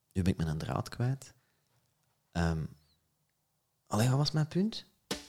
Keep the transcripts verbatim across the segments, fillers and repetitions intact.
Nu ben ik mijn draad kwijt. Um, allee, wat was mijn punt?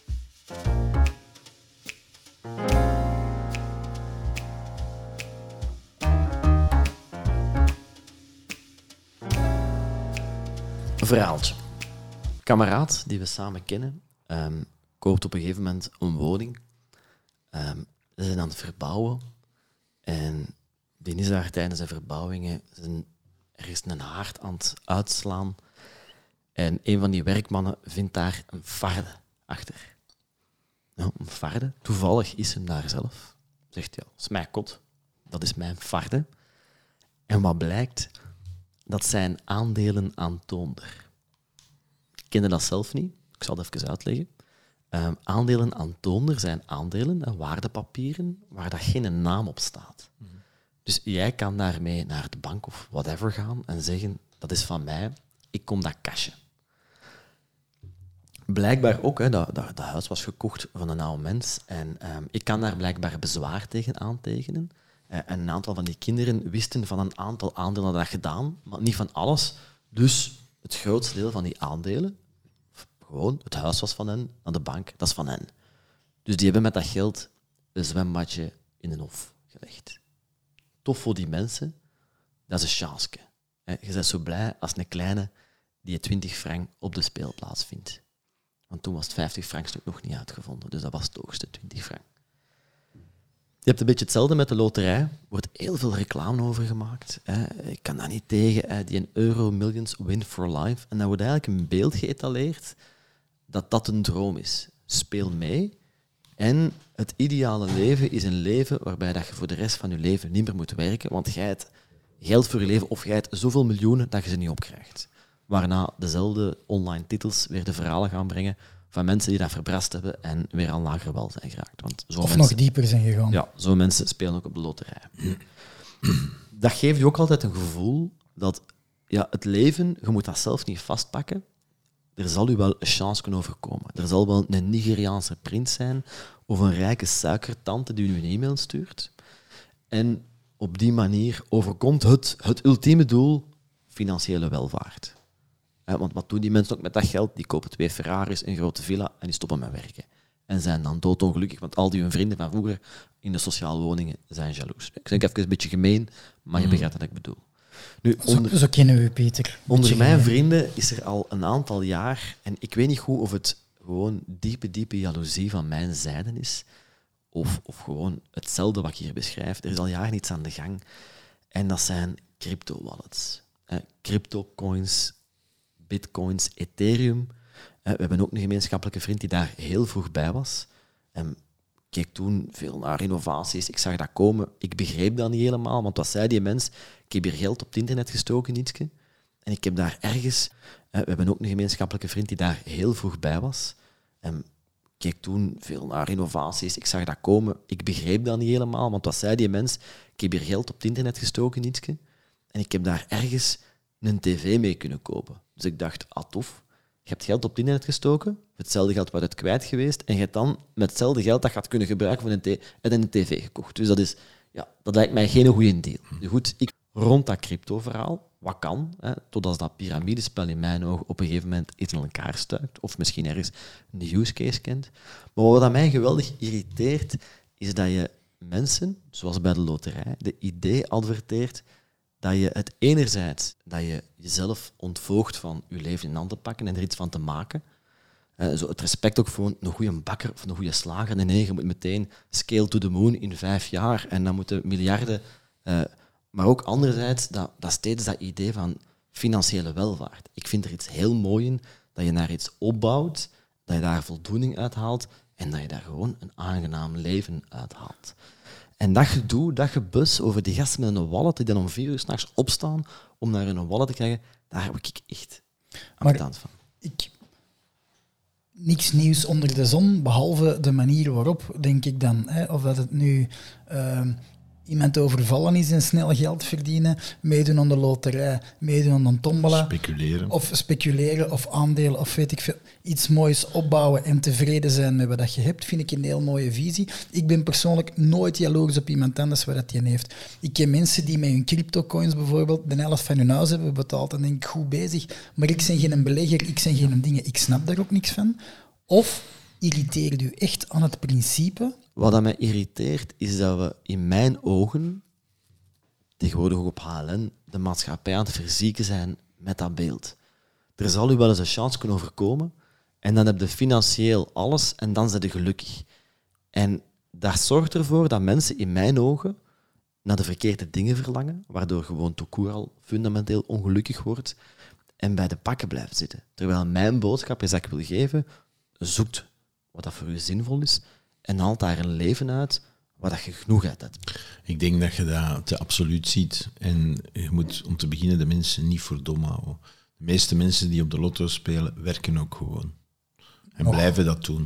Een verhaaltje. Een kameraad die we samen kennen, um, koopt op een gegeven moment een woning. Um, ze zijn aan het verbouwen. En die is daar tijdens de verbouwingen zijn, er is een haard aan het uitslaan. En een van die werkmannen vindt daar een farde achter. Ja, een farde. Toevallig is hem daar zelf. Zegt, ja, dat is mijn kot. Dat is mijn farde. En wat blijkt? Dat zijn aandelen aan Toonder. Ik kende dat zelf niet. Ik zal het even uitleggen. Um, aandelen aan Toonder zijn aandelen en waardepapieren waar dat geen naam op staat. Mm. Dus jij kan daarmee naar de bank of whatever gaan en zeggen, dat is van mij, ik kom dat cashen. Blijkbaar ook, hè, dat, dat, dat huis was gekocht van een oude mens en um, ik kan daar blijkbaar bezwaar tegen aantekenen. Uh, en een aantal van die kinderen wisten van een aantal aandelen dat gedaan, maar niet van alles. Dus het grootste deel van die aandelen, gewoon, het huis was van hen, aan de bank, dat is van hen. Dus die hebben met dat geld een zwembadje in een hof gelegd. Tof voor die mensen, dat is een chanske. Je bent zo blij als een kleine die je twintig frank op de speelplaats vindt. Want toen was het vijftig frankstuk nog niet uitgevonden, dus dat was het hoogste, twintig frank. Je hebt een beetje hetzelfde met de loterij. Er wordt heel veel reclame over gemaakt. Ik kan daar niet tegen. Die een Euro Millions Win for Life. En daar wordt eigenlijk een beeld geëtaleerd dat dat een droom is. Speel mee. En het ideale leven is een leven waarbij dat je voor de rest van je leven niet meer moet werken, want jij hebt geld voor je leven of jij hebt zoveel miljoenen dat je ze niet opkrijgt. Waarna dezelfde online titels weer de verhalen gaan brengen van mensen die dat verbrast hebben en weer aan lager wal zijn geraakt. Want zo of mensen, nog dieper zijn gegaan. Ja, zo'n mensen spelen ook op de loterij. Dat geeft je ook altijd een gevoel dat ja, het leven, je moet dat zelf niet vastpakken. Er zal u wel een chance kunnen overkomen. Er zal wel een Nigeriaanse prins zijn of een rijke suikertante die u een e-mail stuurt. En op die manier overkomt het, het ultieme doel, financiële welvaart. Want wat doen die mensen ook met dat geld? Die kopen twee Ferraris, een grote villa en die stoppen met werken. En zijn dan doodongelukkig, want al die hun vrienden van vroeger in de sociale woningen zijn jaloers. Ik zeg even een beetje gemeen, maar je begrijpt wat ik bedoel. Nu, onder, zo, zo kennen we Peter. Onder mijn gemeen. vrienden is er al een aantal jaar, en ik weet niet goed of het gewoon diepe, diepe jaloezie van mijn zijde is, of, of gewoon hetzelfde wat ik hier beschrijf. Er is al jaren iets aan de gang, en dat zijn crypto-wallets. Eh, crypto-coins, bitcoins, Ethereum. We hebben ook een gemeenschappelijke vriend die daar heel vroeg bij was. En keek toen veel naar innovaties. Ik zag dat komen. Ik begreep dat niet helemaal, want wat zei die mens? Ik heb hier geld op het internet gestoken, nietske. En ik heb daar ergens... We hebben ook een gemeenschappelijke vriend die daar heel vroeg bij was. En keek toen veel naar innovaties. Ik zag dat komen. Ik begreep dat niet helemaal, want wat zei die mens? Ik heb hier geld op het internet gestoken, nietske. En ik heb daar ergens een tv mee kunnen kopen. Dus ik dacht, ah tof, je hebt geld op het internet gestoken, hetzelfde geld wordt het kwijt geweest, en je hebt dan met hetzelfde geld dat gaat kunnen gebruiken voor een, t- en een tv gekocht. Dus dat, is, ja, dat lijkt mij geen goede deal. Dus goed, ik rond dat crypto-verhaal, wat kan, hè, totdat dat piramidespel in mijn ogen op een gegeven moment iets in elkaar stuikt, of misschien ergens een use case kent. Maar wat dat mij geweldig irriteert, is dat je mensen, zoals bij de loterij, de idee adverteert dat je het enerzijds dat je jezelf ontvoogt van je leven in handen te pakken en er iets van te maken. Uh, zo het respect ook voor een goede bakker of een goede slager. Nee, nee, je moet meteen scale to the moon in vijf jaar en dan moeten miljarden... Uh, maar ook anderzijds dat, dat steeds dat idee van financiële welvaart. Ik vind er iets heel moois in, dat je naar iets opbouwt, dat je daar voldoening uithaalt en dat je daar gewoon een aangenaam leven uithaalt. En dat gedoe, dat gebus over die gasten met een wallet die dan om vier uur 's nachts opstaan om naar hun wallet te krijgen, daar heb ik echt ambetant van. Ik, niks nieuws onder de zon, behalve de manier waarop, denk ik dan. Hè, of dat het nu uh, iemand overvallen is en snel geld verdienen, meedoen aan de loterij, meedoen aan een tombola. Speculeren. Of speculeren, of aandelen, of weet ik veel. Iets moois opbouwen en tevreden zijn met wat je hebt, vind ik een heel mooie visie. Ik ben persoonlijk nooit jaloers op iemand anders wat dat die heeft. Ik ken mensen die met hun cryptocoins bijvoorbeeld de helft van hun huis hebben betaald en denk ik, goed bezig. Maar ik ben geen belegger, ik ben geen dingen, ik snap daar ook niks van. Of irriteert u echt aan het principe? Wat dat mij irriteert, is dat we in mijn ogen, tegenwoordig ook op H L N, de maatschappij aan het verzieken zijn met dat beeld. Er zal u wel eens een chance kunnen overkomen en dan heb je financieel alles en dan zijn je gelukkig. En dat zorgt ervoor dat mensen in mijn ogen naar de verkeerde dingen verlangen, waardoor gewoon toekoer al fundamenteel ongelukkig wordt en bij de pakken blijft zitten. Terwijl mijn boodschap is dat ik wil geven, zoekt wat dat voor u zinvol is en haalt daar een leven uit waar dat je genoeg uit hebt. Ik denk dat je dat te absoluut ziet. En je moet om te beginnen de mensen niet voor dom houden. De meeste mensen die op de lotto spelen, werken ook gewoon. En Oh. blijven dat doen.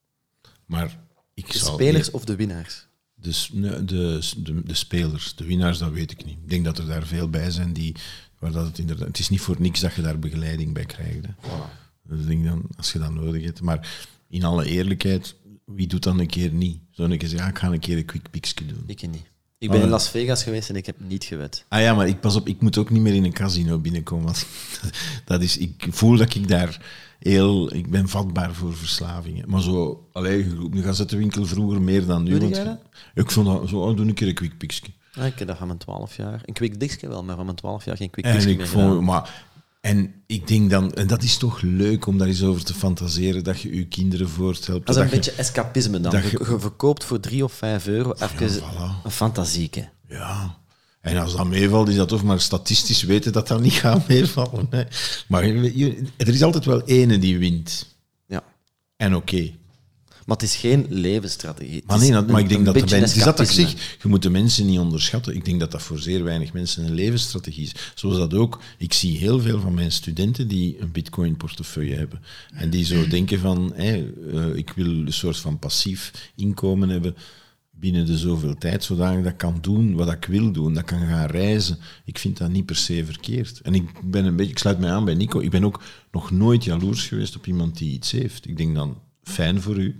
Maar ik De zal... spelers of de winnaars? De, de, de, de spelers, de winnaars, dat weet ik niet. Ik denk dat er daar veel bij zijn die... Waar dat het, inderdaad, het is niet voor niks dat je daar begeleiding bij krijgt. Hè. Dus ik denk dan, als je dat nodig hebt. Maar in alle eerlijkheid, wie doet dat een keer niet? Zo een keer zeggen, ja, ik ga een keer een quick pixje doen. Ik niet. Ik ben Oh, in ja. Las Vegas geweest en ik heb niet gewet. Ah ja, maar ik, pas op, ik moet ook niet meer in een casino binnenkomen. Want dat is, ik voel dat ik daar heel... Ik ben vatbaar voor verslavingen. Maar zo, allee, nu gaat ze de winkel vroeger meer dan nu. Doe Want jij dat? ik vond dat zo, oh, doe een keer een quick pixje. Ja, ik heb dat van mijn twaalf jaar. Een quick dixje wel, maar van mijn twaalf jaar geen quick En dixje ik meer vond, gedaan. maar, en ik denk dan, en dat is toch leuk om daar eens over te fantaseren, dat je je kinderen voorstelt. Dat is een je- beetje escapisme dan. dat Je, je- je verkoopt voor drie of vijf euro even voilà. een fantasieke. Ja. En als dat meevalt, is dat toch maar statistisch weten dat dat niet gaat meevallen. Hè. Maar je- je- er is altijd wel ene die wint. Ja. En oké. Maar het is geen levensstrategie. Het Maar is nee, dat, maar een- ik denk een dat de beetje mensen... Het is dat ik escapisme. zeg, je moet de mensen niet onderschatten. Ik denk dat dat voor zeer weinig mensen een levensstrategie is. Zoals dat ook... Ik zie heel veel van mijn studenten die een bitcoin-portefeuille hebben. En die zo denken van, hé, eh, ik wil een soort van passief inkomen hebben binnen de zoveel tijd, zodat ik dat kan doen wat ik wil doen, dat ik kan gaan reizen. Ik vind dat niet per se verkeerd. En ik ben een beetje... Ik sluit mij aan bij Nico. Ik ben ook nog nooit jaloers geweest op iemand die iets heeft. Ik denk dan, fijn voor u.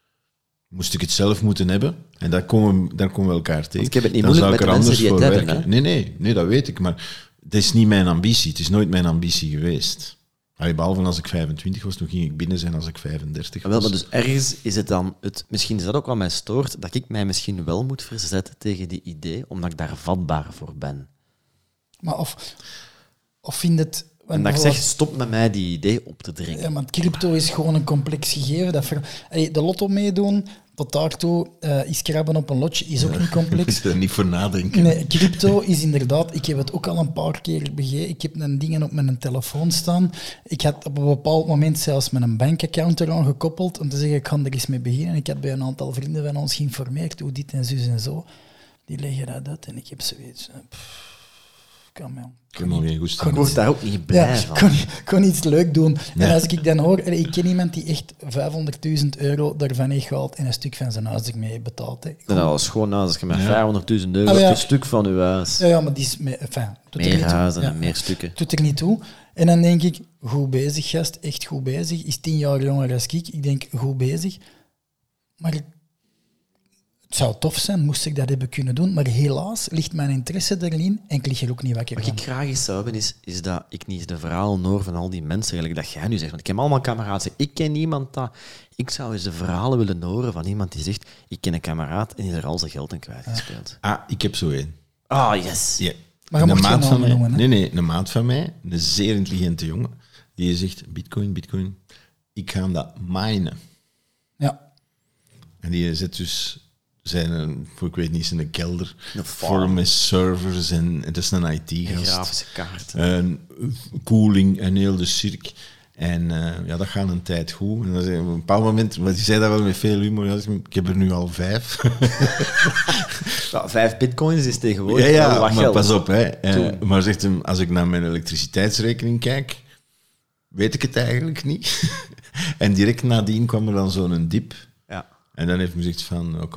Moest ik het zelf moeten hebben, en daar komen we, daar komen we elkaar tegen, ik heb het niet dan moeilijk zou ik met er de mensen anders die het voor hebben, werken. Nee, nee, nee, dat weet ik, maar het is niet mijn ambitie. Het is nooit mijn ambitie geweest. Allee, behalve als ik vijfentwintig was, toen ging ik binnen zijn als ik vijfendertig was. Wel, maar dus ergens is het dan... Het, misschien is dat ook wat mij stoort, dat ik mij misschien wel moet verzetten tegen die idee, omdat ik daar vatbaar voor ben. Maar of, of vind het... En dat ik zeg, stop met mij die idee op te dringen. Ja, maar crypto is gewoon een complex gegeven. Dat ver... Allee, de lotto meedoen, tot daartoe uh, is krabben op een lotje, is ook niet Ik complex. moet er niet voor nadenken. Nee, crypto is inderdaad... Ik heb het ook al een paar keer begeven. Ik heb een dingen op mijn telefoon staan. Ik had op een bepaald moment zelfs mijn bankaccount eraan gekoppeld om te zeggen, ik ga er eens mee beginnen. Ik had bij een aantal vrienden van ons geïnformeerd hoe dit en zus en zo. Die leggen dat uit en ik heb zoiets... Uh, pff, kan man. Ik heb nog geen goesting. Ik word daar ook niet blij Ja, van. ik kon, ik kon iets leuk doen. Ja. En als ik dan hoor, allee, ik ken iemand die echt vijfhonderdduizend euro daarvan heeft gehaald en een stuk van zijn huis ermee betaald. Hè. Dat was gewoon als je met Ja. vijfhonderdduizend euro Ah, ja. een stuk van je huis. Ja, ja, maar die is... Met, enfin, doet er Meer niet toe. huizen Ja. en meer stukken. Doet er niet toe. En dan denk ik, goed bezig, gast, echt goed bezig. Is tien jaar jonger als ik. Ik denk, goed bezig. Maar ik- het zou tof zijn, moest ik dat hebben kunnen doen. Maar helaas ligt mijn interesse erin en ik lig er ook niet wakker Wat van. ik graag eens zou hebben, is, is dat ik niet de verhalen hoor van al die mensen, gelijk dat jij nu zegt. Want ik heb allemaal kameraden. Ik ken niemand dat... Ik zou eens de verhalen willen horen van iemand die zegt, ik ken een kameraad en die er al zijn geld in kwijtgespeeld. Ah, ik heb zo één. Ah, yes. Ja. Maar je een mocht geen maat van namen mij, noemen, hè? nee, nee, een maat van mij, een zeer intelligente jongen, die zegt, bitcoin, bitcoin, ik ga dat minen. Ja. En die zet dus zijn, een- voor ik weet niet, zijn kelder Een farm. vol met servers en het is een I Een T-gast. grafische kaart. En koeling en heel de cirk. En eh, ja, dat gaat een tijd goed. En dan zei, op een bepaald moment, maar die zei dat wel met veel humor, ja, ik heb er nu al vijf. Ja, vijf bitcoins is tegenwoordig Ja, wel ja, wat maar geld. pas op. Hè. Eh, Toen. maar zegt hem, als ik naar mijn elektriciteitsrekening kijk, weet ik het eigenlijk niet. En direct nadien kwam er dan zo'n dip. Ja. En dan heeft hij gezegd van, oh kom.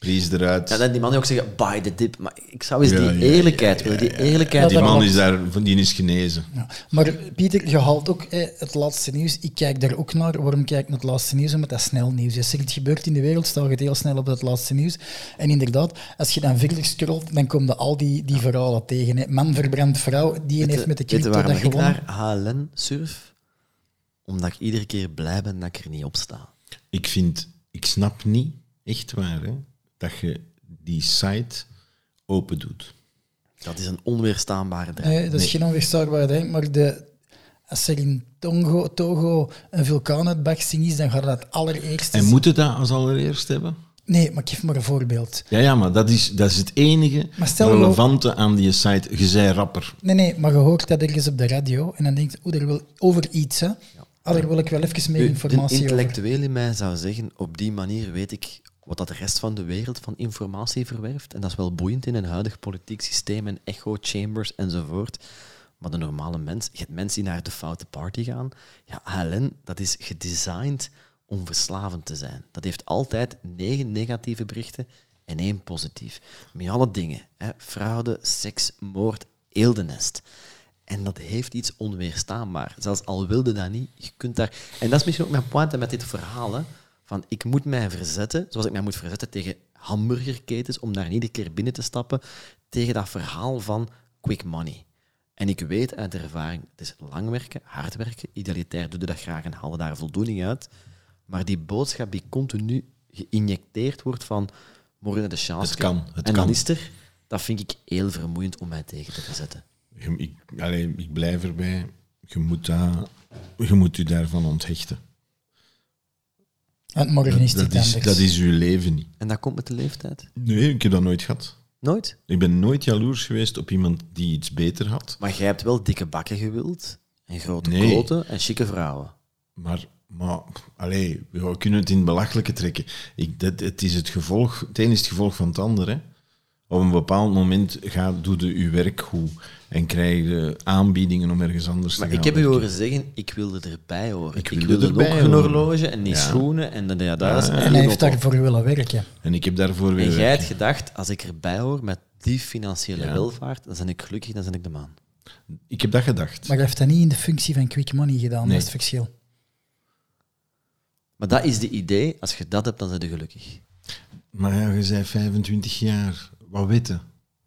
prijs eruit. Ja, dan die man ook zeggen, buy the dip. Maar ik zou eens Ja, die ja, eerlijkheid ja, willen. ja, Die ja. eerlijkheid Die Ja, van- man dat is daar, die is genezen. Ja. Maar Pieter, je haalt ook eh, het laatste nieuws. Ik kijk daar ook naar. Waarom kijk ik naar het laatste nieuws? Omdat dat snel nieuws is. Als er iets gebeurt in de wereld, sta je heel snel op het laatste nieuws. En inderdaad, als je dan verder scrolt, dan kom je al die, die verhalen tegen. Hè. Man verbrandt vrouw, die heeft met de Weet je crypto waarom dat ik gewonnen. naar H L N surf? Omdat ik iedere keer blij ben dat ik er niet op sta. Ik vind, ik snap niet, echt waar, hè, dat je die site open doet. Dat is een onweerstaanbare drang. Nee, dat is geen onweerstaanbare drang, maar de, als er in Togo, Togo een vulkaanuitbarsting is, dan gaat dat allereerst... En moet je dat als allereerst hebben? Nee, maar ik geef maar een voorbeeld. Ja, ja, maar dat is, dat is het enige Maar stel je relevante aan die site. Je zei rapper. Nee, nee, maar je hoort dat ergens op de radio en dan denk je, oeh, daar wil over iets, hè. Ah, daar wil ik wel even meer Nu, informatie de over. intellectueel in mij zou zeggen, op die manier weet ik wat dat de rest van de wereld van informatie verwerft. En dat is wel boeiend in een huidig politiek systeem en echo chambers enzovoort. Maar de normale mens, je hebt mensen die naar de foute party gaan. Ja, H L N, dat is gedesigned om verslavend te zijn. Dat heeft altijd negen negatieve berichten en één positief. Met alle dingen. Hè, fraude, seks, moord, eeldenest. En dat heeft iets onweerstaanbaar. Zelfs al wilde dat niet, je kunt daar... En dat is misschien ook mijn pointe met dit verhaal. Hè, van ik moet mij verzetten, zoals ik mij moet verzetten tegen hamburgerketens, om daar niet iedere keer binnen te stappen, tegen dat verhaal van quick money. En ik weet uit ervaring, het is lang werken, hard werken, idealitair doe je dat graag en haal daar voldoening uit. Maar die boodschap die continu geïnjecteerd wordt van morgen de chance. Het kan, het en dan kan. is er, dat vind ik heel vermoeiend om mij tegen te verzetten. Je- Ik, allee, ik blijf erbij. Je moet, dat, je moet je daarvan onthechten. Want morgen is Dat, het dat, is, anders. dat is uw leven niet. En dat komt met de leeftijd? Nee, ik heb dat nooit gehad. Nooit. Ik ben nooit jaloers geweest op iemand die iets beter had. Maar jij hebt wel dikke bakken gewild, en grote Nee. kloten en chique vrouwen. Maar, maar allee, we kunnen het in het belachelijke trekken. Ik, dat, het, is het, gevolg, het een is het gevolg van het ander. Hè. Op een bepaald moment gaat, doe je je werk goed en krijg je aanbiedingen om ergens anders Maar te gaan ik heb u werken. horen zeggen, ik wilde erbij horen. Ik Ik wilde wilde, erbij ook een horen. horloge en die Ja. schoenen en de ja, dat is Ja, En en hij heeft daarvoor willen werken. En ik heb daarvoor weer En jij hebt werken. gedacht, als ik erbij hoor met die financiële Ja. welvaart, dan ben ik gelukkig, dan ben ik de man. Ik heb dat gedacht. Maar hij heeft dat niet in de functie van quick money gedaan, Nee. dat is het verschil. Maar dat is de idee, als je dat hebt, dan ben je gelukkig. Maar ja, je bent vijfentwintig jaar. Wat weet je?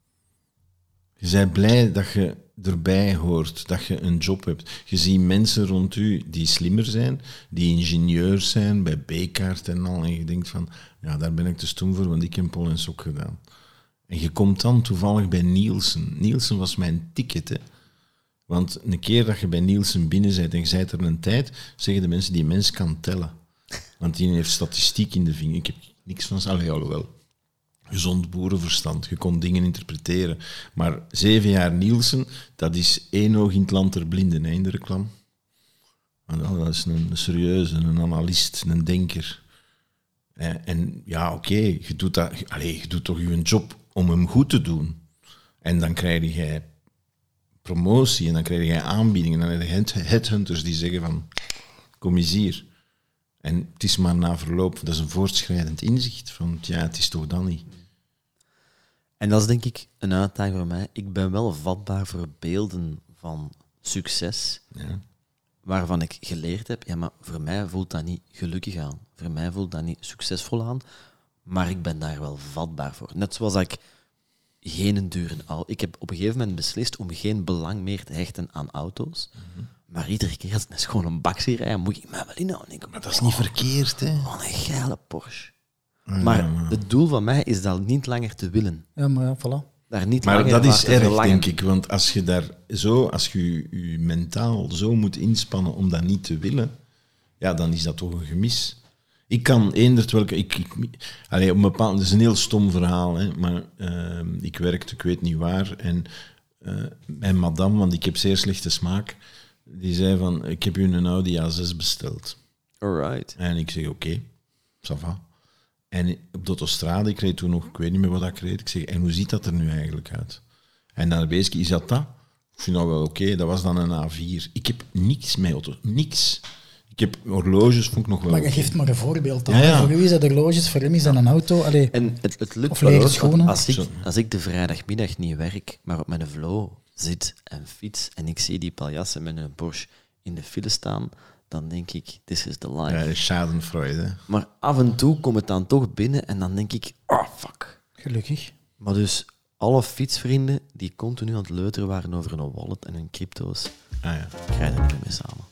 Je bent blij dat je erbij hoort, dat je een job hebt. Je ziet mensen rond u die slimmer zijn, die ingenieurs zijn, bij B-kaart en al. En je denkt van, ja, daar ben ik te stom voor, want ik heb pol en sok gedaan. En je komt dan toevallig bij Nielsen. Nielsen was mijn ticket, hè. Want een keer dat je bij Nielsen binnen bent en je bent er een tijd, zeggen de mensen, die mens kan tellen. Want die heeft statistiek in de vinger. Ik heb niks van... Allee, alhoewel. Gezond boerenverstand. Je kon dingen interpreteren. Maar zeven jaar Nielsen, dat is één oog in het land der blinden, hè, in de reclame. En dat is een, een serieuze, een analist, een denker. En, en ja, oké, je doet dat... Allee, je doet toch je job om hem goed te doen. En dan krijg je promotie en dan krijg je aanbiedingen. En dan heb je headhunters die zeggen van... Kom eens hier. En het is maar na verloop, dat is een voortschrijdend inzicht van, ja, het is toch dan niet. En dat is denk ik een uitdaging voor mij. Ik ben wel vatbaar voor beelden van succes, Ja. waarvan ik geleerd heb, ja, maar voor mij voelt dat niet gelukkig aan. Voor mij voelt dat niet succesvol aan, maar ik ben daar wel vatbaar voor. Net zoals ik geen dure auto... Ik heb op een gegeven moment beslist om geen belang meer te hechten aan auto's. Mhm. Maar iedere keer als het is gewoon een bak zie rijden, moet ik mij wel inhouden. Ik- Maar dat is niet verkeerd, hè. Oh, een geile Porsche. Ja, Maar maar het doel van mij is dat niet langer te willen. Ja, maar ja, voilà. Daar niet maar langer dat naar is te erg, verlangen. denk ik. Want als je daar zo, als je je je mentaal zo moet inspannen om dat niet te willen, ja, dan is dat toch een gemis. Ik kan eender welke... Ik, ik, allee, op een bepaald... Het is een heel stom verhaal, hè, maar uh, ik werkte, ik weet niet waar, en uh, mijn madame, want ik heb zeer slechte smaak, die zei van, ik heb u een Audi A zes besteld. Alright. En ik zeg, oké, okay, ça va. En op de autostrade, ik reed toen nog, ik weet niet meer wat ik reed, ik zeg, en hoe ziet dat er nu eigenlijk uit? En dan wees ik, is dat dat? Ik vind dat wel oké, okay. Dat was dan een A vier. Ik heb niks met auto, niks. Ik heb horloges, vond ik nog wel... Maar je oké. geeft maar een voorbeeld dan. Ja, ja. Voor u is dat horloges, voor hem is dat een auto. Allee, En het, het lukt Of wel, lege hoor, schoenen. want Als ik, Zo. als ik de vrijdagmiddag niet werk, maar op mijn flow zit en fiets en ik zie die paljassen met een Porsche in de file staan, dan denk ik, this is the life. Ja, schadenfreude. Hè. Maar af en toe komt het dan toch binnen en dan denk ik, oh fuck. gelukkig. Maar dus alle fietsvrienden die continu aan het leuteren waren over hun wallet en hun crypto's, Ah, ja. krijgen er niet meer mee samen.